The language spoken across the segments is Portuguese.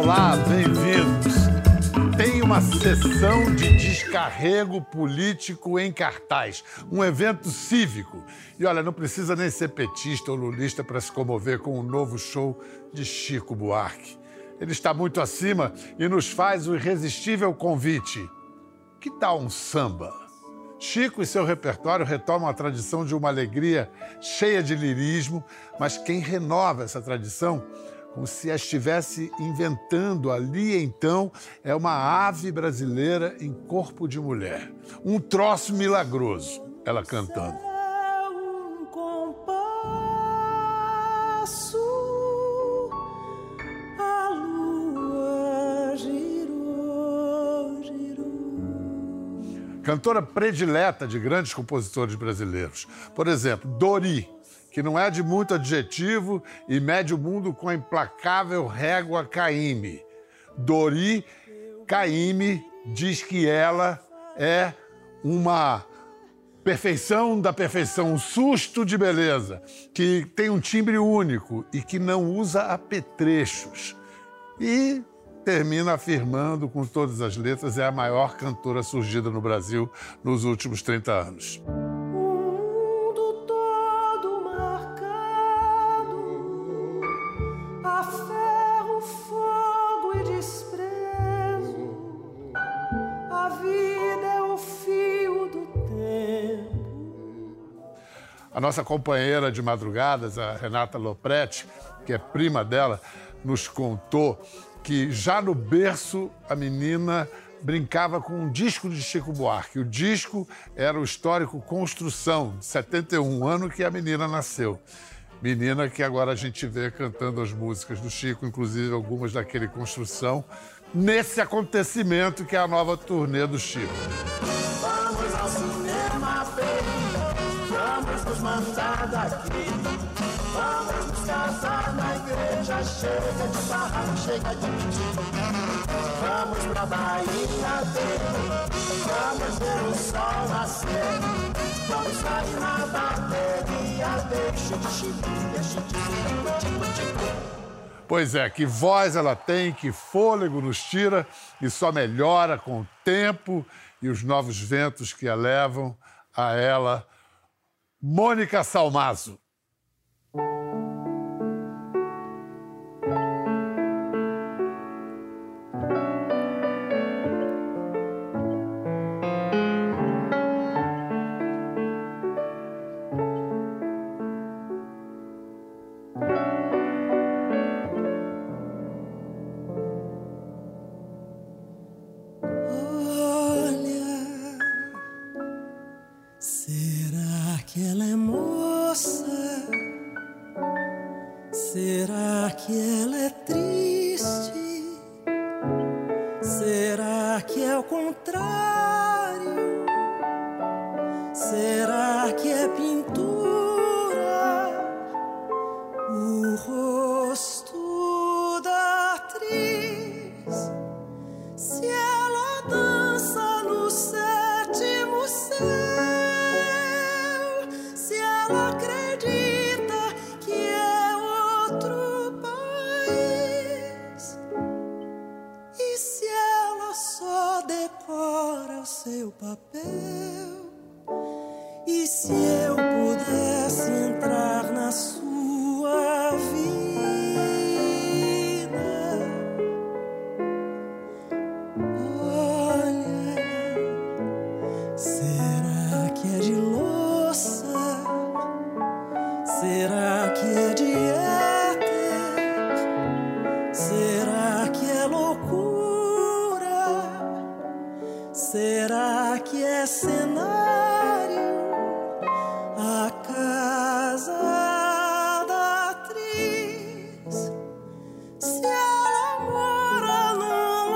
Olá, bem-vindos. Tem uma sessão de descarrego político em cartaz, um evento cívico. E olha, não precisa nem ser petista ou lulista para se comover com o novo show de Chico Buarque. Ele está muito acima e nos faz o irresistível convite. Que tal um samba? Chico e seu repertório retomam a tradição de uma alegria cheia de lirismo, mas quem renova essa tradição, como se a estivesse inventando ali então, é uma ave brasileira em corpo de mulher. Um troço milagroso, ela cantando. Cantora predileta de grandes compositores brasileiros. Por exemplo, Dori, que não é de muito adjetivo e mede o mundo com a implacável régua Caymmi. Dori Caymmi diz que ela é uma perfeição da perfeição, um susto de beleza, que tem um timbre único e que não usa apetrechos. E termina afirmando com todas as letras, é a maior cantora surgida no Brasil nos últimos 30 anos. A nossa companheira de madrugadas, a Renata Lopretti, que é prima dela, nos contou que já no berço a menina brincava com um disco de Chico Buarque. O disco era o histórico Construção, de 71, ano que a menina nasceu. Menina que agora a gente vê cantando as músicas do Chico, inclusive algumas daquele Construção, nesse acontecimento que é a nova turnê do Chico. Vamos ao cinema, vamos nos mandar daqui. Vamos nos casar na igreja, chega de barraco, chega de mendigo. Vamos pra Bahia dele, vamos ver o sol nascer. Vamos sair na bateria, deixa de chibir, deixa de tico-tico-tico. Pois é, que voz ela tem, que fôlego nos tira e só melhora com o tempo e os novos ventos que a levam a ela. Mônica Salmazo. Será que ela é moça? Será que ela é triste? Será que é o contrário? Será que é pintura? O rosto da atriz? Se ela dança no sétimo céu? Ela acredita que é outro país. E se ela só decora o seu papel? E se eu pudesse entrar na sua vida? Olha, será que é de louça? Será que é de éter? Será que é loucura? Será que é cenário? A casa da atriz? Se ela mora num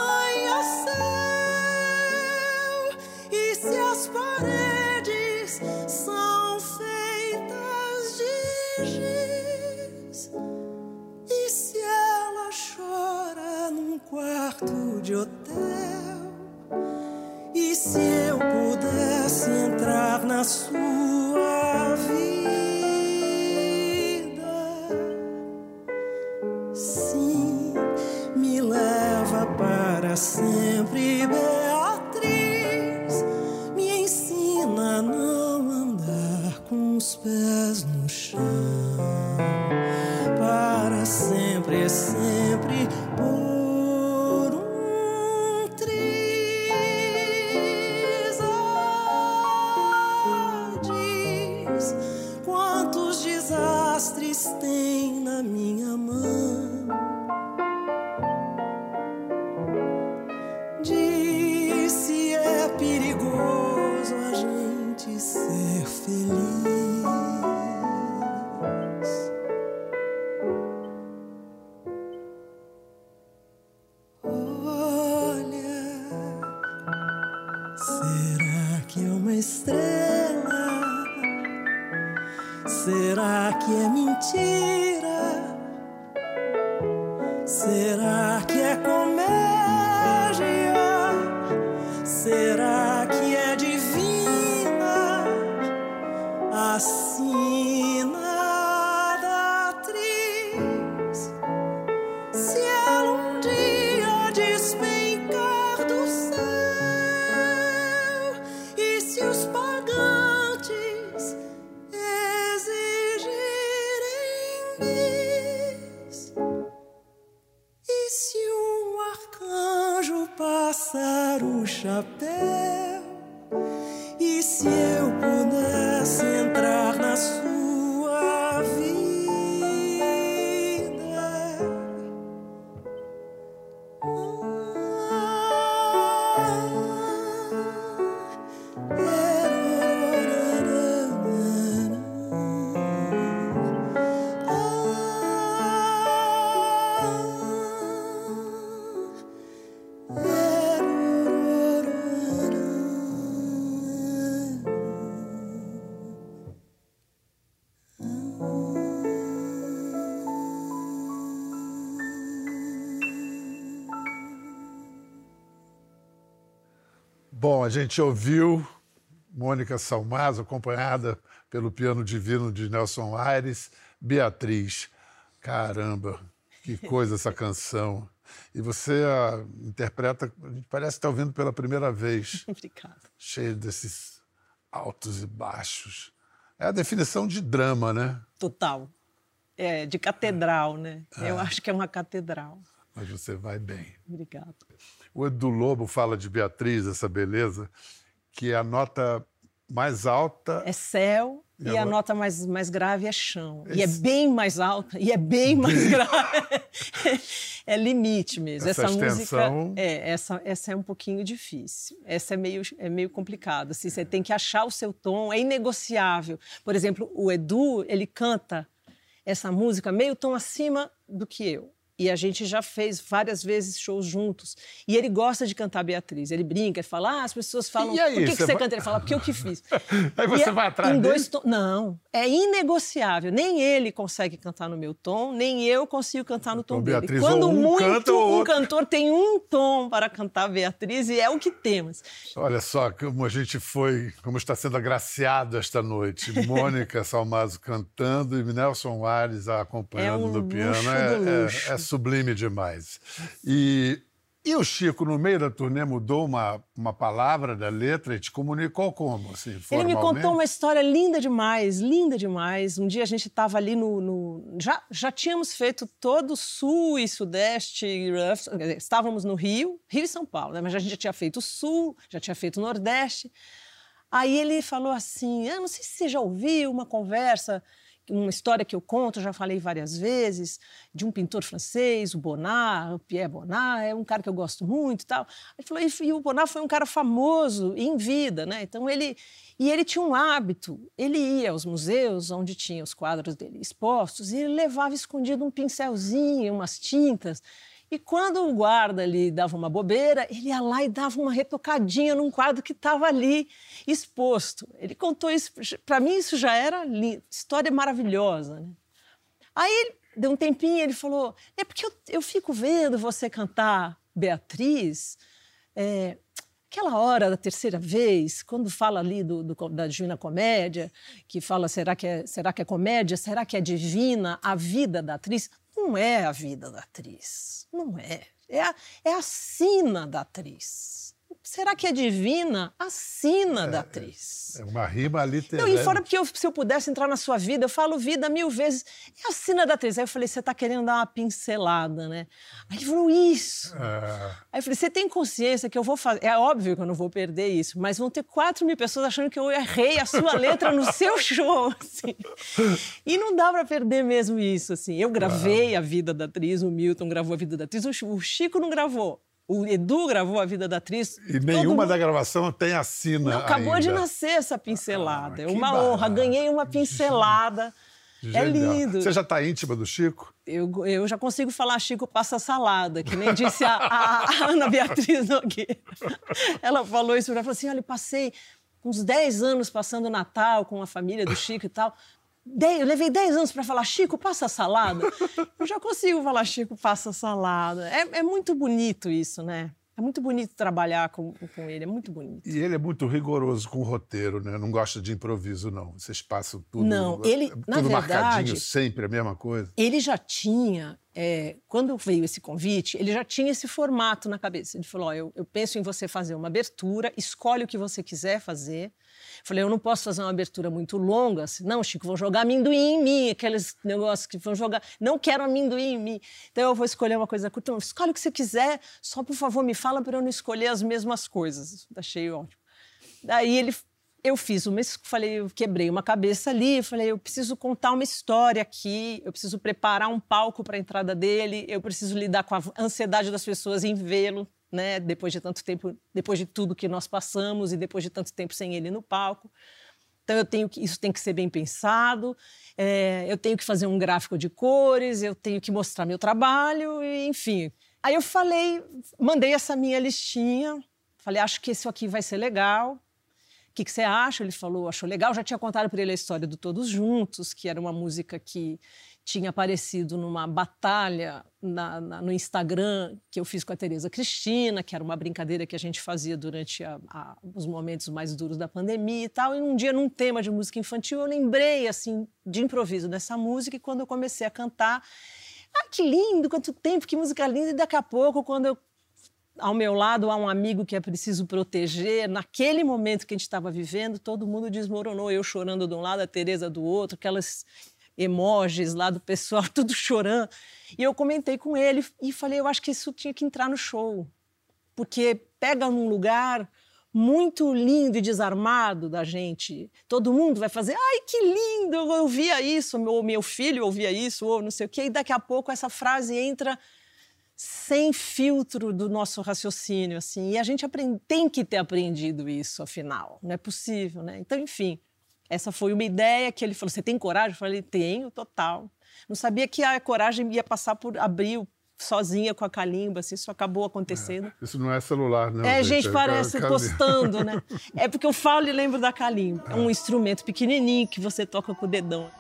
arranha-céu? E se as paredes são feitas de giz? E se ela chora num quarto de hotel? E se eu pudesse entrar na sua vida? Sim, me para sempre, Beatriz, me ensina a não andar com os pés no chão. Para sempre, sempre, por um triz. Diz quantos desastres tem na minha mão. Diz se é perigoso a gente ser feliz. Estrela, será que é mentira? Será que é comédia? Será que é divina? Assim nada atriz. Se ela um dia despencar do céu, se os pagantes exigirem bis, e se um arcanjo passar o chapéu, e se eu pudesse entrar na sua vida. Bom, a gente ouviu Mônica Salmazo, acompanhada pelo piano divino de Nelson Aires, Beatriz. Caramba, que coisa essa canção. E você a interpreta, parece que está ouvindo pela primeira vez. Obrigada. Cheio desses altos e baixos. É a definição de drama, né? Total. É, de catedral, né? Eu acho que é uma catedral. Mas você vai bem. Obrigada. O Edu Lobo fala de Beatriz, essa beleza, que é a nota mais alta... É céu e a nota mais grave é chão. Esse... E é bem mais alta e é bem mais grave. É limite mesmo. Essa extensão... música... Essa é um pouquinho difícil. Essa é meio complicada. Assim, você tem que achar o seu tom, é inegociável. Por exemplo, o Edu, ele canta essa música meio tom acima do que eu. E a gente já fez várias vezes shows juntos. E ele gosta de cantar Beatriz. Ele brinca, ele fala, as pessoas falam, e aí, por que você vai... canta? Ele fala, porque eu que fiz. Aí você vai atrás dele? Não, é inegociável. Nem ele consegue cantar no meu tom, nem eu consigo cantar no tom dele. Beatriz, Quando um cantor tem um tom para cantar Beatriz, e é o que temos. Olha só como a gente foi, como está sendo agraciado esta noite. Mônica Salmazo cantando e Nelson Aires acompanhando no piano. É sublime demais. E o Chico, no meio da turnê, mudou uma palavra da letra e te comunicou como, assim, formalmente? Ele me contou uma história linda demais, linda demais. Um dia a gente estava ali Já tínhamos feito todo o sul e sudeste, estávamos no Rio e São Paulo, né? Mas a gente já tinha feito o sul, já tinha feito o nordeste. Aí ele falou assim, não sei se você já ouviu uma conversa... Uma história que eu conto, já falei várias vezes, de um pintor francês, o Bonnat, o Pierre Bonnat, é um cara que eu gosto muito e tal. Ele falou, e o Bonnat foi um cara famoso em vida, né? Então ele tinha um hábito, ele ia aos museus onde tinha os quadros dele expostos e ele levava escondido um pincelzinho, umas tintas. E quando o guarda ali dava uma bobeira, ele ia lá e dava uma retocadinha num quadro que estava ali exposto. Ele contou isso, para mim isso já era história maravilhosa, né? Aí ele deu um tempinho e ele falou, é porque eu fico vendo você cantar Beatriz, aquela hora da terceira vez, quando fala ali da Divina Comédia, que fala será que é comédia, será que é divina a vida da atriz? não é a vida da atriz. Não é. É a sina da atriz. Será que é divina? A sina da atriz. É uma rima literária. Não, e fora porque se eu pudesse entrar na sua vida, eu falo vida 1000 vezes. É a sina da atriz. Aí eu falei, você tá querendo dar uma pincelada, né? Aí ele falou, isso. Aí eu falei, você tem consciência que eu vou fazer... É óbvio que eu não vou perder isso, mas vão ter 4.000 pessoas achando que eu errei a sua letra no seu show, assim. E não dá pra perder mesmo isso, assim. Eu gravei a vida da atriz, o Milton gravou a vida da atriz, o Chico não gravou. O Edu gravou a vida da atriz. E nenhuma da gravação tem a sina ainda. Acabou de nascer essa pincelada. É uma honra. Ganhei uma pincelada. Genial. É lindo. Você já está íntima do Chico? Eu já consigo falar Chico passa salada, que nem disse a Ana Beatriz Nogueira. Ela falou isso, ela falou assim, olha, eu passei uns 10 anos passando o Natal com a família do Chico e tal. Eu levei 10 anos para falar Chico, passa salada. Eu já consigo falar Chico, passa salada. É muito bonito isso, né? É muito bonito trabalhar com ele, é muito bonito. E ele é muito rigoroso com o roteiro, né? Não gosta de improviso, não. Vocês passam tudo... Não, ele, tudo na verdade... marcadinho, sempre a mesma coisa. Ele já tinha... quando veio esse convite, ele já tinha esse formato na cabeça. Ele falou, eu penso em você fazer uma abertura, escolhe o que você quiser fazer. Falei, eu não posso fazer uma abertura muito longa, senão, Chico, vão jogar amendoim em mim, aqueles negócios que vão jogar... Não quero amendoim em mim. Então, eu vou escolher uma coisa curta. Então, escolhe o que você quiser, só, por favor, me fala para eu não escolher as mesmas coisas. Achei ótimo. Daí, eu fiz eu quebrei uma cabeça ali, falei, eu preciso contar uma história aqui, eu preciso preparar um palco para a entrada dele, eu preciso lidar com a ansiedade das pessoas em vê-lo, né? Depois de tanto tempo, depois de tudo que nós passamos e depois de tanto tempo sem ele no palco. Então, isso tem que ser bem pensado, eu tenho que fazer um gráfico de cores, eu tenho que mostrar meu trabalho, e, enfim. Aí eu mandei essa minha listinha, falei, acho que isso aqui vai ser legal. O que você acha? Ele falou, achou legal. Já tinha contado para ele a história do Todos Juntos, que era uma música que tinha aparecido numa batalha no Instagram que eu fiz com a Tereza Cristina, que era uma brincadeira que a gente fazia durante os momentos mais duros da pandemia e tal. E um dia, num tema de música infantil, eu lembrei, assim, de improviso dessa música, e quando eu comecei a cantar, que lindo, quanto tempo, que música linda. E daqui a pouco, quando ao meu lado há um amigo que é preciso proteger, naquele momento que a gente estava vivendo, todo mundo desmoronou, eu chorando de um lado, a Tereza do outro, aquelas emojis lá do pessoal, tudo chorando. E eu comentei com ele e falei, eu acho que isso tinha que entrar no show, porque pega num lugar muito lindo e desarmado da gente. Todo mundo vai fazer, ai, que lindo, eu ouvia isso, ou meu filho ouvia isso, ou não sei o quê, e daqui a pouco essa frase entra sem filtro do nosso raciocínio, assim, e a gente tem que ter aprendido isso, afinal, não é possível, né? Então, enfim, essa foi uma ideia que ele falou, você tem coragem? Eu falei, tenho, total. Não sabia que a coragem ia passar por abrir sozinha com a calimba, assim, isso acabou acontecendo. Isso não é celular, não. Gente, parece postando, né? É porque eu falo e lembro da calimba. É um instrumento pequenininho que você toca com o dedão.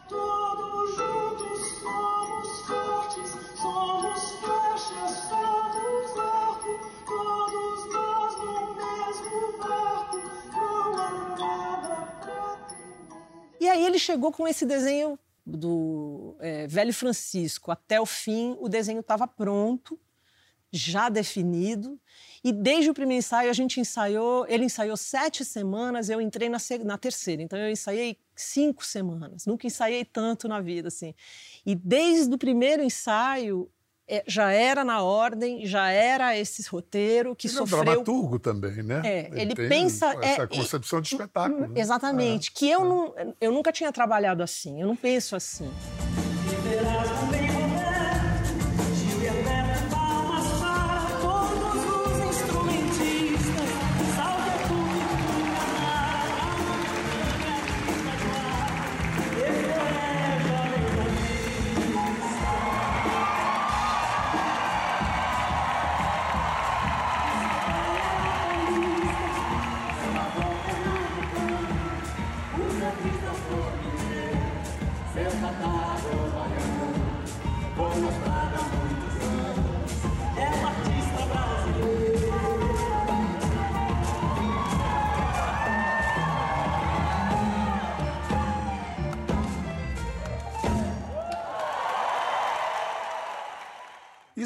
E aí ele chegou com esse desenho do Velho Francisco. Até o fim, o desenho estava pronto, já definido. E desde o primeiro ensaio, ele ensaiou 7 semanas, eu entrei na terceira. Então, eu ensaiei 5 semanas. Nunca ensaiei tanto na vida, assim. E desde o primeiro ensaio, já era na ordem, já era esse roteiro que sofreu... Ele é um dramaturgo também, né? Ele pensa... Essa concepção de espetáculo. Né? Exatamente. Que eu nunca tinha trabalhado assim, eu não penso assim.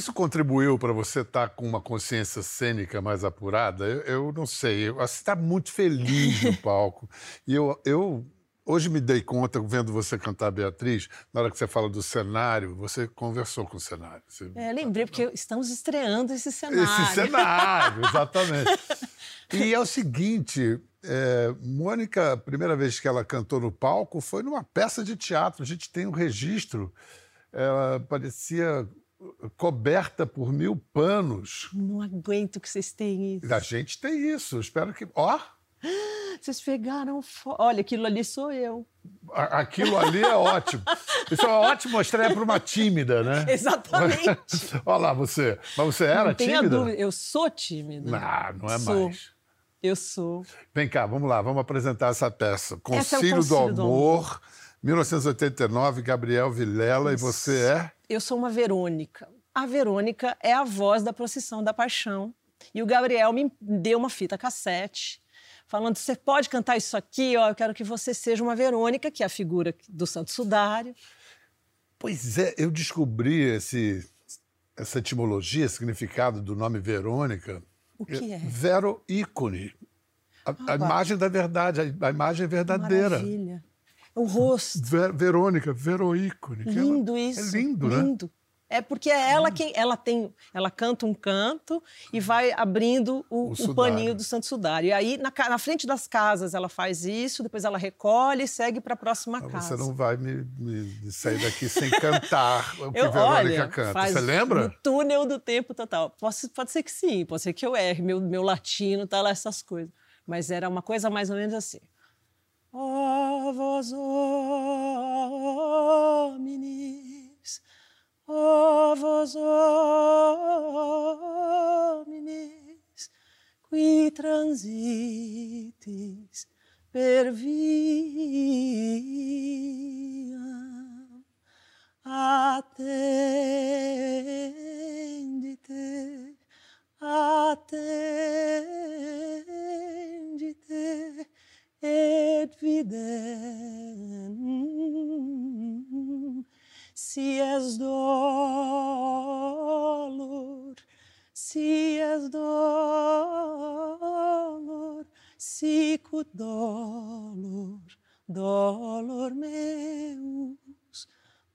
Isso contribuiu para você estar com uma consciência cênica mais apurada? Eu não sei. Você está muito feliz no palco. E eu hoje me dei conta, vendo você cantar Beatriz, na hora que você fala do cenário, você conversou com o cenário. Você... lembrei, porque estamos estreando esse cenário. Esse cenário, exatamente. E é o seguinte, Mônica, a primeira vez que ela cantou no palco foi numa peça de teatro. A gente tem um registro. Ela parecia coberta por 1000 panos. Não aguento que vocês têm isso. A gente tem isso. Espero que... Ó! Vocês pegaram... Olha, aquilo ali sou eu. Aquilo ali é ótimo. Isso é ótimo mostrar para uma tímida, né? Exatamente. Olha lá, você. Mas você era tímida? Não tenha dúvida. Eu sou tímida. Não é mais. Eu sou. Vem cá, vamos lá. Vamos apresentar essa peça. Concílio, é o do Amor, 1989, Gabriel Vilela. Isso. E você é? Eu sou uma Verônica. A Verônica é a voz da Procissão da Paixão. E o Gabriel me deu uma fita cassete falando, você pode cantar isso aqui? Ó, eu quero que você seja uma Verônica, que é a figura do Santo Sudário. Pois é, eu descobri essa etimologia, esse significado do nome Verônica. O que é? Vero ícone. A imagem da verdade, a imagem verdadeira. Maravilha. O rosto. Verônica, veroícone. Lindo isso. É lindo, né? Lindo. É porque é ela quem ela canta um canto e vai abrindo o paninho do Santo Sudário. E aí, na frente das casas, ela faz isso, depois ela recolhe e segue para a próxima casa. Você não vai me sair daqui sem cantar o que Verônica canta. Você lembra? No túnel do tempo total. Pode ser que sim, pode ser que eu erre. Meu latino tá lá, essas coisas. Mas era uma coisa mais ou menos assim. Ó vós homines, ó vós homines, qui transitis per viam, attendite, attendite, et videm, si es dolor, sicut dolor, dolor meus,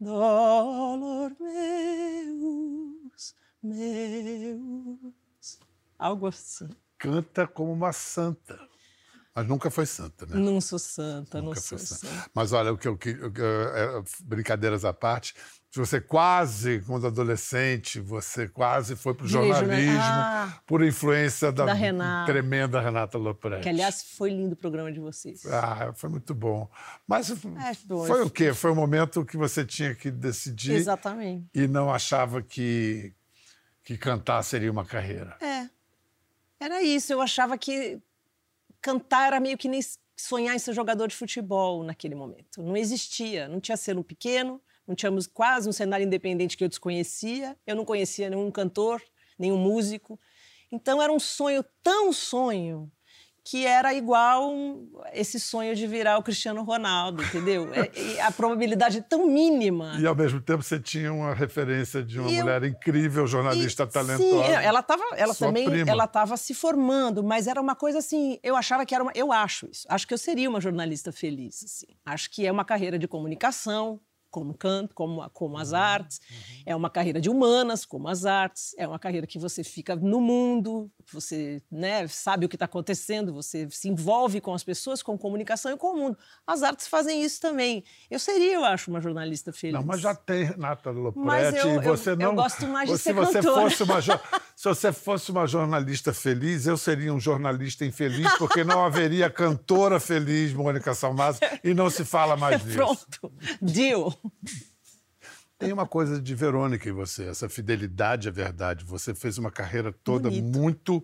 meus. Algo assim. Canta como uma santa. Mas nunca foi santa, né? Não sou santa, não sou santa. Mas olha, brincadeiras à parte, você quase, quando adolescente, você quase foi para o jornalismo por influência da Renata. Tremenda Renata Lopresti. Que, aliás, foi lindo o programa de vocês. Foi muito bom. Mas foi o quê? Foi o momento que você tinha que decidir. Exatamente. E não achava que cantar seria uma carreira. Era isso. Eu achava que cantar era meio que nem sonhar em ser jogador de futebol naquele momento. Não existia, não tinha selo pequeno, não tínhamos quase um cenário independente que eu desconhecia, eu não conhecia nenhum cantor, nenhum músico. Então era um sonho, tão sonho, que era igual esse sonho de virar o Cristiano Ronaldo, entendeu? A probabilidade é tão mínima. E, ao mesmo tempo, você tinha uma referência de uma mulher incrível, jornalista talentosa. Sim, ela estava se formando, mas era uma coisa assim, eu achava que era uma... Eu acho isso. Acho que eu seria uma jornalista feliz, assim. Acho que é uma carreira de comunicação, como canto, como as artes, é uma carreira de humanas, como as artes, é uma carreira que você fica no mundo, você, né, sabe o que está acontecendo, você se envolve com as pessoas, com comunicação e com o mundo. As artes fazem isso também. Eu seria, eu acho, uma jornalista feliz. Não, mas já tem Renata Lopresti. Mas eu gosto mais de ser cantora. Se você fosse uma jornalista feliz, eu seria um jornalista infeliz, porque não haveria cantora feliz, Mônica Salmazo, e não se fala mais disso. Pronto, deal. Tem uma coisa de Verônica em você, essa fidelidade à verdade. Você fez uma carreira toda muito...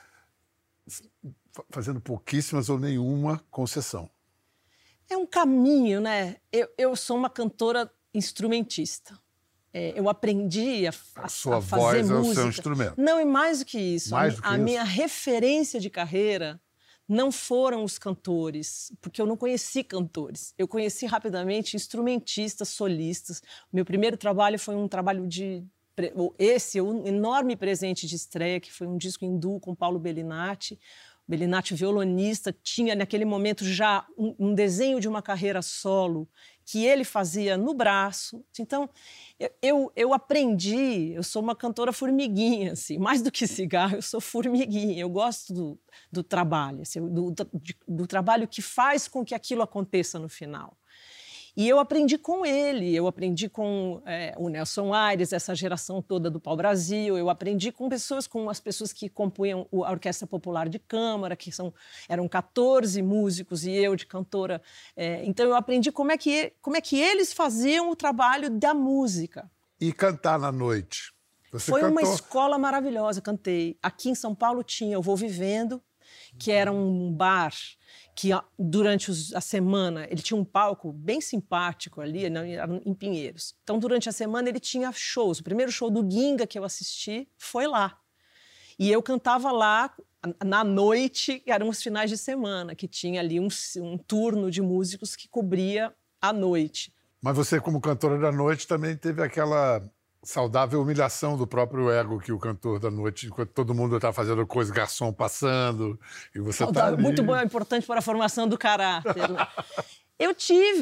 fazendo pouquíssimas ou nenhuma concessão. É um caminho, né? Eu sou uma cantora instrumentista. Eu aprendi a sua fazer voz música. É o seu instrumento. Não, e mais do que isso. A minha referência de carreira não foram os cantores, porque eu não conheci cantores. Eu conheci rapidamente instrumentistas, solistas. O meu primeiro trabalho foi um trabalho de um enorme presente de estreia, que foi um disco em duo com Paulo Bellinati. Bellinati, violonista, tinha naquele momento já um desenho de uma carreira solo que ele fazia no braço. Então, eu aprendi, eu sou uma cantora formiguinha, assim, mais do que cigarro, eu sou formiguinha, eu gosto do trabalho, assim, do trabalho que faz com que aquilo aconteça no final. E eu aprendi com ele, eu aprendi com o Nelson Aires, essa geração toda do pau-brasil, eu aprendi com as pessoas que compunham a Orquestra Popular de Câmara, eram 14 músicos e eu de cantora. Então eu aprendi como é que eles faziam o trabalho da música. E cantar na noite? Você Foi cantou? uma escola maravilhosa, cantei. Aqui em São Paulo tinha o Vou Vivendo, que era um bar que durante a semana ele tinha um palco bem simpático ali, em Pinheiros. Então, durante a semana ele tinha shows. O primeiro show do Ginga que eu assisti foi lá. E eu cantava lá na noite, eram os finais de semana, que tinha ali um turno de músicos que cobria a noite. Mas você, como cantora da noite, também teve aquela saudável humilhação do próprio ego que o cantor da noite, enquanto todo mundo está fazendo coisa, garçom passando, e você está ali. Muito bom, é importante para a formação do caráter. Eu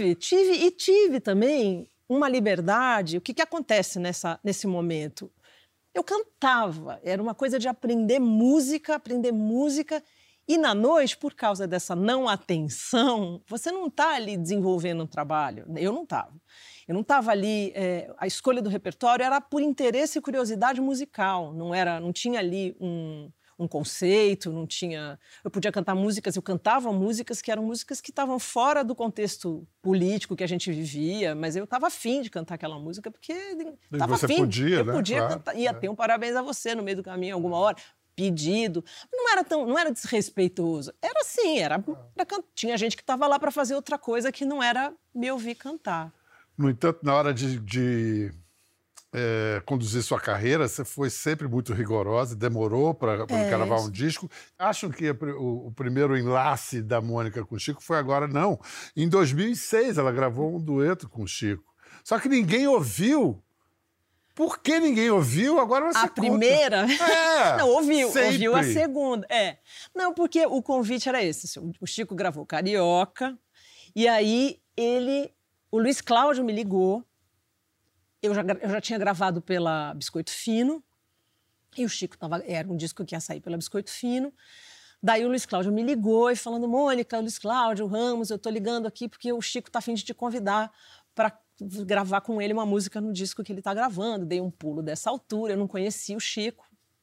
tive também uma liberdade. O que acontece nesse momento? Eu cantava, era uma coisa de aprender música, e na noite, por causa dessa não atenção, você não está ali desenvolvendo um trabalho. Eu não estava. Eu não estava ali, a escolha do repertório era por interesse e curiosidade musical, não tinha ali um conceito, não tinha... Eu podia cantar músicas, eu cantava músicas que eram músicas que estavam fora do contexto político que a gente vivia, mas eu estava afim de cantar aquela música porque estava afim. Você podia, né? Eu podia Claro, cantar, ia ter um parabéns a você no meio do caminho, alguma hora, pedido. Não era desrespeitoso, era assim, tinha gente que estava lá para fazer outra coisa que não era me ouvir cantar. No entanto, na hora de conduzir sua carreira, você foi sempre muito rigorosa, demorou para gravar um disco. Acham que o primeiro enlace da Mônica com o Chico foi agora? Não. Em 2006, ela gravou um dueto com o Chico. Só que ninguém ouviu. Por que ninguém ouviu? Agora você A primeira? Não, ouviu a segunda. Não, porque o convite era esse. O Chico gravou Carioca, e aí o Luiz Cláudio me ligou, eu já tinha gravado pela Biscoito Fino, e o Chico era um disco que ia sair pela Biscoito Fino. Daí o Luiz Cláudio me ligou e falando, Mônica, Luiz Cláudio, Ramos, eu tô ligando aqui porque o Chico tá a fim de te convidar para gravar com ele uma música no disco que ele tá gravando. Dei um pulo dessa altura, eu não conhecia o Chico.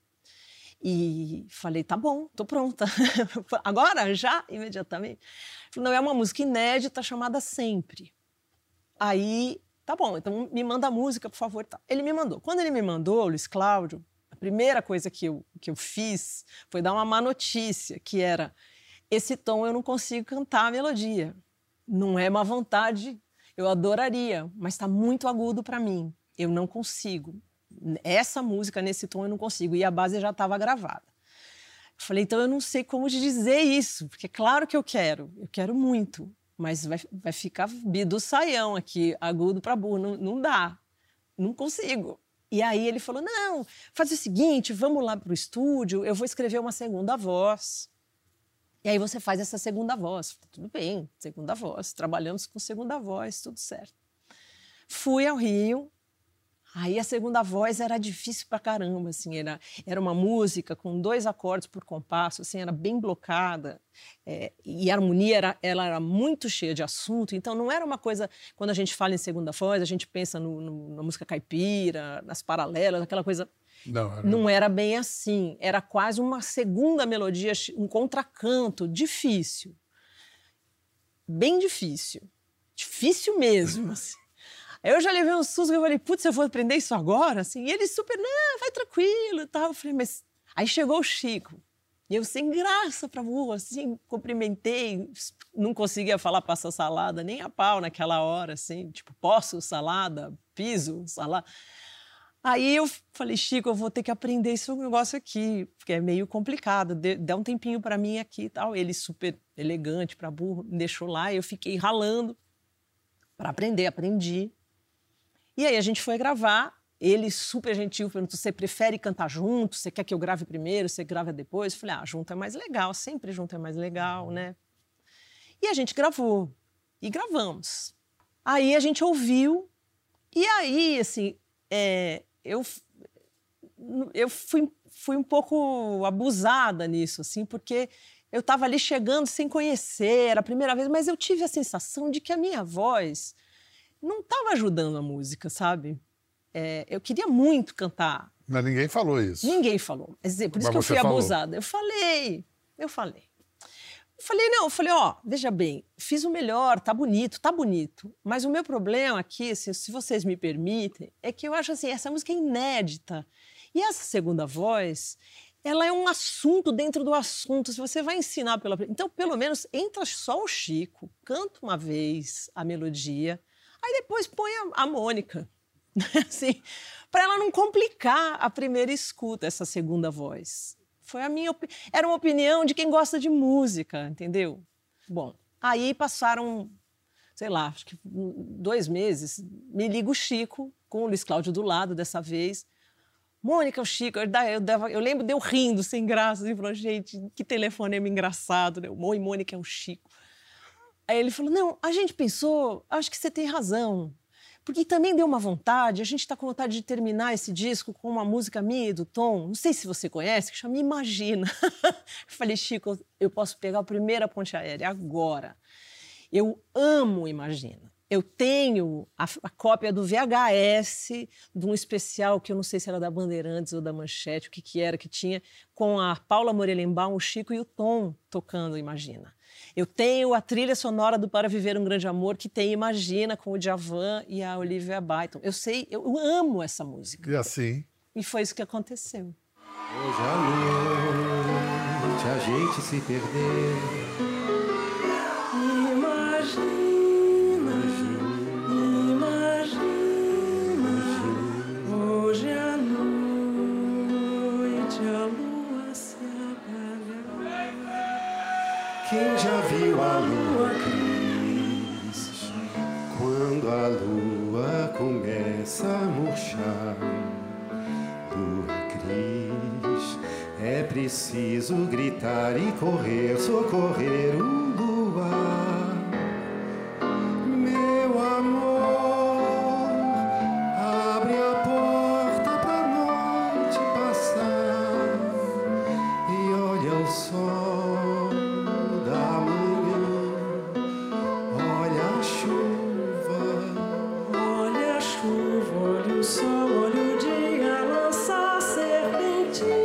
E falei, tá bom, tô pronta. Agora, já, imediatamente. Não, é uma música inédita chamada Sempre. Aí, tá bom, então me manda a música, por favor. Tá. Ele me mandou. Quando ele me mandou, Luiz Cláudio, a primeira coisa que eu fiz foi dar uma má notícia, que era, esse tom eu não consigo cantar a melodia. Não é má vontade, eu adoraria, mas está muito agudo para mim. Eu não consigo. Essa música, nesse tom, eu não consigo. E a base já estava gravada. Eu falei, então eu não sei como te dizer isso, porque é claro que eu quero muito. Mas vai ficar bidu saião aqui, agudo para burro, não dá, não consigo. E aí ele falou, não, faz o seguinte, vamos lá para o estúdio, eu vou escrever uma segunda voz. E aí você faz essa segunda voz. Tudo bem, segunda voz, trabalhamos com segunda voz, tudo certo. Fui ao Rio, aí a segunda voz era difícil pra caramba, assim, era uma música com 2 acordes por compasso, assim, era bem blocada, e a harmonia ela era muito cheia de assunto, então não era uma coisa, quando a gente fala em segunda voz, a gente pensa na música caipira, nas paralelas, aquela coisa... Não era bem assim, era quase uma segunda melodia, um contracanto, difícil, bem difícil mesmo, assim. Aí eu já levei um susto, eu falei, putz, eu vou aprender isso agora? Assim, e ele super, não, vai tranquilo e tal. Eu falei, mas... Aí chegou o Chico, e eu sem graça pra burro, assim, cumprimentei, não conseguia falar passa salada, nem a pau naquela hora, assim, tipo, posso salada, piso, salada. Aí eu falei, Chico, eu vou ter que aprender esse negócio aqui, porque é meio complicado, dá um tempinho pra mim aqui e tal. Ele super elegante pra burro, me deixou lá, e eu fiquei ralando pra aprender, aprendi. E aí a gente foi gravar, Ele super gentil, perguntou, você prefere cantar junto? Você quer que eu grave primeiro? Você grava depois? Eu falei, junto é mais legal, sempre junto é mais legal, né? E a gente gravou, e gravamos. Aí a gente ouviu, e aí, assim, eu fui um pouco abusada nisso, assim, porque eu estava ali chegando sem conhecer, era a primeira vez, mas eu tive a sensação de que a minha voz não estava ajudando a música, sabe? Eu queria muito cantar. Mas ninguém falou isso. Ninguém falou. Quer dizer, por isso que eu fui abusada. Eu falei, ó, veja bem, fiz o melhor, tá bonito. Mas o meu problema aqui, assim, se vocês me permitem, é que eu acho assim, essa música é inédita. E essa segunda voz, ela é um assunto dentro do assunto. Se você vai ensinar pela... Então, pelo menos, entra só o Chico, canta uma vez a melodia, aí depois põe a Mônica. Assim, para ela não complicar a primeira escuta, essa segunda voz. Foi a minha era uma opinião de quem gosta de música, entendeu? Bom, aí passaram, sei lá, acho que 2 meses, me liga o Chico, com o Luiz Cláudio do lado dessa vez. Mônica, o Chico, eu lembro de eu rindo sem graça, e falou, gente, que telefonema engraçado, né? Oi, Mônica é o Chico. Aí ele falou, não, a gente pensou, acho que você tem razão. Porque também deu uma vontade, a gente está com vontade de terminar esse disco com uma música minha e do Tom, não sei se você conhece, que chama Imagina. Eu falei, Chico, eu posso pegar a primeira ponte aérea agora. Eu amo Imagina. Eu tenho a cópia do VHS de um especial que eu não sei se era da Bandeirantes ou da Manchete, o que era que tinha, com a Paula Morelenbaum, o Chico e o Tom tocando Imagina. Eu tenho a trilha sonora do Para Viver um Grande Amor, que tem Imagina, com o Djavan e a Olivia Byton. Eu amo essa música. E assim? E foi isso que aconteceu. Hoje à noite a gente se perder. Imagina, hoje à noite a lua se apaga. Quem já viu a lua cris, quando a lua começa a murchar? Lua cris, é preciso gritar e correr, socorrer o luar. Meu amor, abre a porta pra noite passar e olha o sol da manhã, olha a chuva. Olha a chuva, olha o sol, olha o dia lançar serpentinas.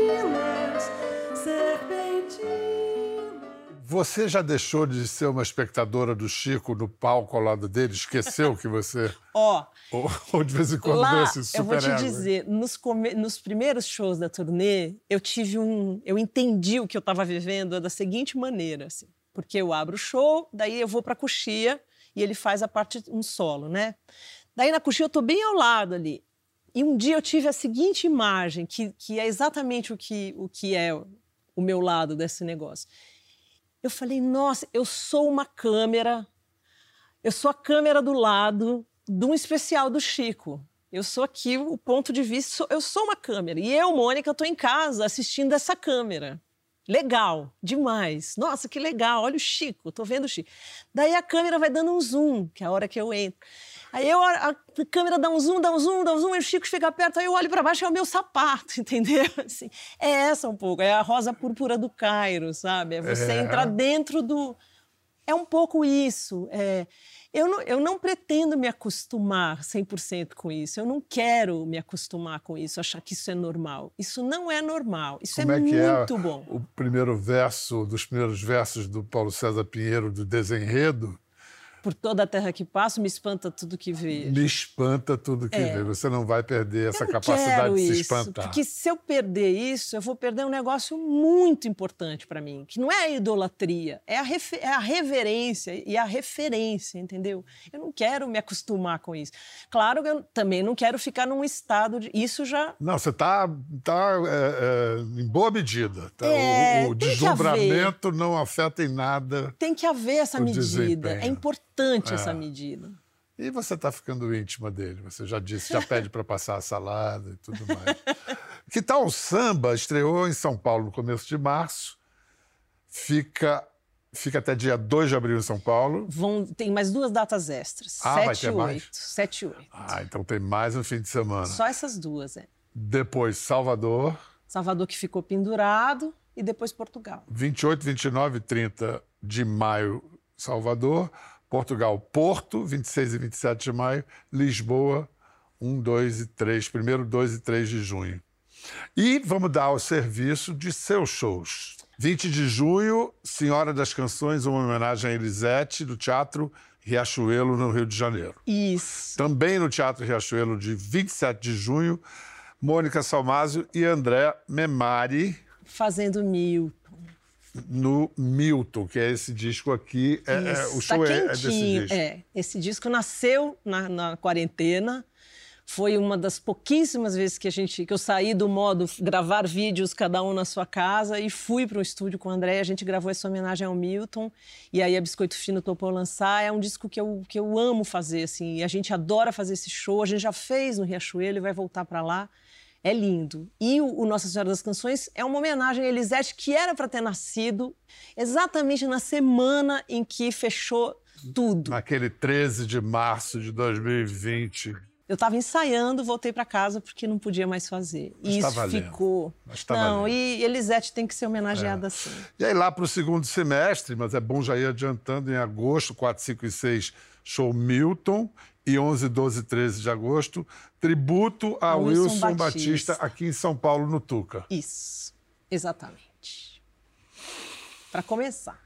Você já deixou de ser uma espectadora do Chico no palco ao lado dele? Esqueceu que você... Ó, ou de vez em quando lá, vê esse super eu vou te ego? dizer, nos primeiros shows da turnê, eu entendi o que eu estava vivendo da seguinte maneira, assim, porque eu abro o show, daí eu vou para a coxia e ele faz a parte, um solo, né? Daí na coxia eu estou bem ao lado ali. E um dia eu tive a seguinte imagem, que é exatamente o que é o meu lado desse negócio. Eu falei, nossa, eu sou uma câmera, eu sou a câmera do lado de um especial do Chico. Eu sou aqui o ponto de vista, eu sou uma câmera. E eu, Mônica, estou em casa assistindo essa câmera. Legal, demais. Nossa, que legal, olha o Chico, estou vendo o Chico. Daí a câmera vai dando um zoom, que é a hora que eu entro. Aí a câmera dá um zoom, e o Chico chega perto, aí eu olho para baixo, é o meu sapato, entendeu? Assim, é essa um pouco, é a rosa púrpura do Cairo, sabe? É você entrar dentro do... É um pouco isso. Eu não pretendo me acostumar 100% com isso, eu não quero me acostumar com isso, achar que isso é normal. Isso não é normal, isso Como é muito é bom. O primeiro verso, dos primeiros versos do Paulo César Pinheiro, do Desenredo? Por toda a terra que passo, me espanta tudo que vejo. Me espanta tudo que vê. Você não vai perder essa capacidade de se espantar. Porque se eu perder isso, eu vou perder um negócio muito importante para mim, que não é a idolatria, é a reverência e a referência, entendeu? Eu não quero me acostumar com isso. Claro que eu também não quero ficar num estado de... Isso já... Não, você está em boa medida. Tá? O tem deslumbramento não afeta em nada. Tem que haver essa medida. Desempenho. É importante essa medida. E você está ficando íntima dele. Você já disse, já pede para passar a salada e tudo mais. Que Tal o Samba estreou em São Paulo no começo de março. Fica até dia 2 de abril em São Paulo. Tem mais 2 datas extras. Ah, vai 7 ter e mais? 8. 7 e 8. Ah, então tem mais um fim de semana. Só essas 2, Depois, Salvador. Salvador, que ficou pendurado, e depois Portugal. 28, 29 e 30 de maio, Salvador. Portugal, Porto, 26 e 27 de maio. Lisboa, 1, 2 e 3. 1º, 2 e 3 de junho. E vamos dar o serviço de seus shows. 20 de junho, Senhora das Canções, uma homenagem a Elisete, do Teatro Riachuelo, no Rio de Janeiro. Isso. Também no Teatro Riachuelo, de 27 de junho, Mônica Salmásio e André Memari, Fazendo Milton. no Milton, que é esse disco aqui. O show tá é desse quentinho. disco. Esse disco nasceu na quarentena. Foi uma das pouquíssimas vezes que eu saí do modo gravar vídeos, cada um na sua casa, e fui para um estúdio com o André. A gente gravou essa homenagem ao Milton. E aí a Biscoito Fino topou lançar. É um disco que eu amo fazer, assim. E a gente adora fazer esse show. A gente já fez no Riachuelo e vai voltar para lá. É lindo. E o Nossa Senhora das Canções é uma homenagem a Elisete, que era para ter nascido exatamente na semana em que fechou tudo. Naquele 13 de março de 2020. Eu estava ensaiando, voltei para casa porque não podia mais fazer. Mas e tá isso valendo. ficou. Mas tá não, valendo. e Elisete tem que ser homenageada assim. E aí lá para o segundo semestre, mas é bom já ir adiantando, em agosto, 4, 5 e 6, show Milton. E 11, 12 e 13 de agosto, tributo a Wilson Batista, aqui em São Paulo, no Tuca. Isso, exatamente. Para começar.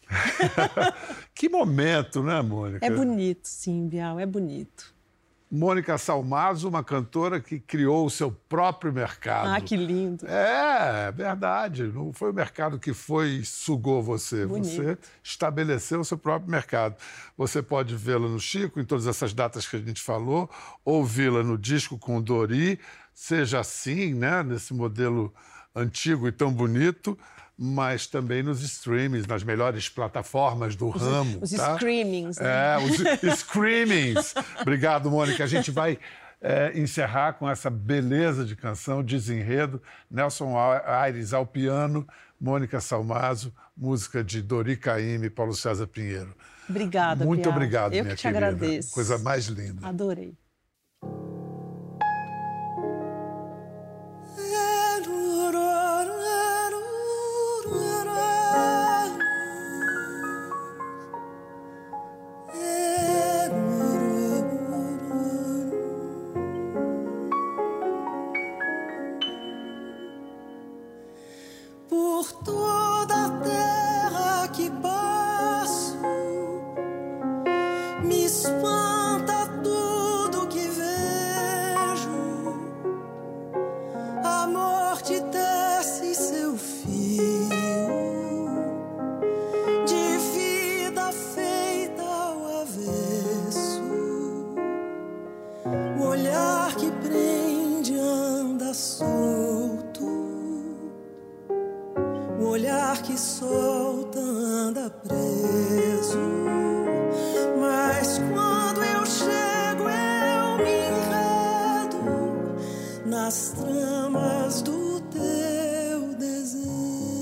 Que momento, né, Mônica? É bonito, sim, Bial, é bonito. Mônica Salmásio, uma cantora que criou o seu próprio mercado. Ah, que lindo. É verdade. Não foi o mercado que sugou você. Bonito. Você estabeleceu o seu próprio mercado. Você pode vê-la no Chico, em todas essas datas que a gente falou, ouvi-la no disco com o Dori, seja assim, né, nesse modelo antigo e tão bonito, mas também nos streamings, nas melhores plataformas do ramo. Os tá? screamings. Né? Os screamings. Obrigado, Mônica. A gente vai encerrar com essa beleza de canção, Desenredo, Nelson Aires ao piano, Mônica Salmásio, música de Dori Caymmi e Paulo César Pinheiro. Obrigada, Muito Bial. obrigado, Eu minha que te querida. agradeço. Coisa mais linda. Adorei. Por toda a terra que passo, me espanta tudo que vejo. A morte tece seu fio de vida feita ao avesso. O olhar que prende anda solto. O olhar que solta anda preso. Mas quando eu chego eu me enredo nas tramas do teu desejo.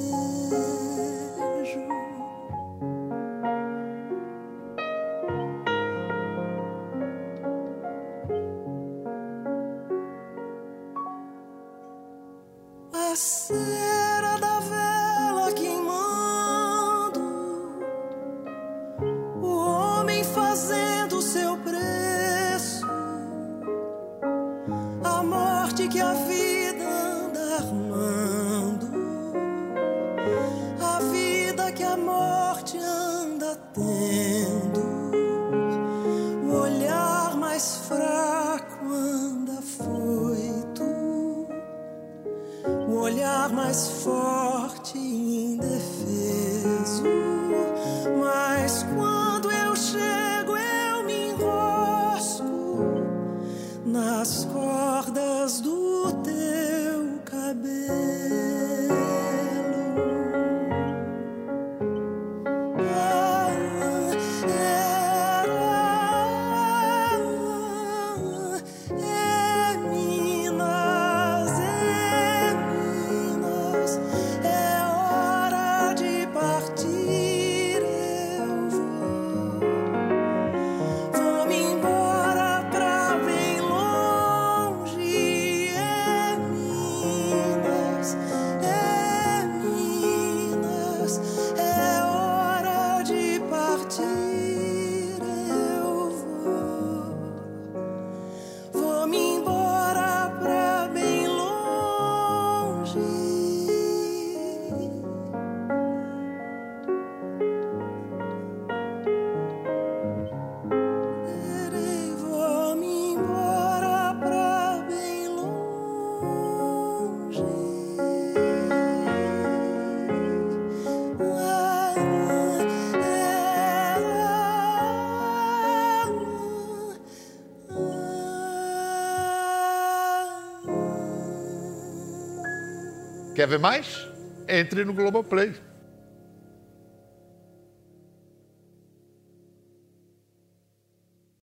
A cera da vela queimando, o homem fazendo seu preço, a morte que a vida anda armando, a vida que a morte anda tendo, o olhar mais fraco anda foito, o olhar mais forte e indefeso. Mas quando eu chego eu me enrosco nas cordas do teu cabelo. Quer ver mais? Entre no Globoplay.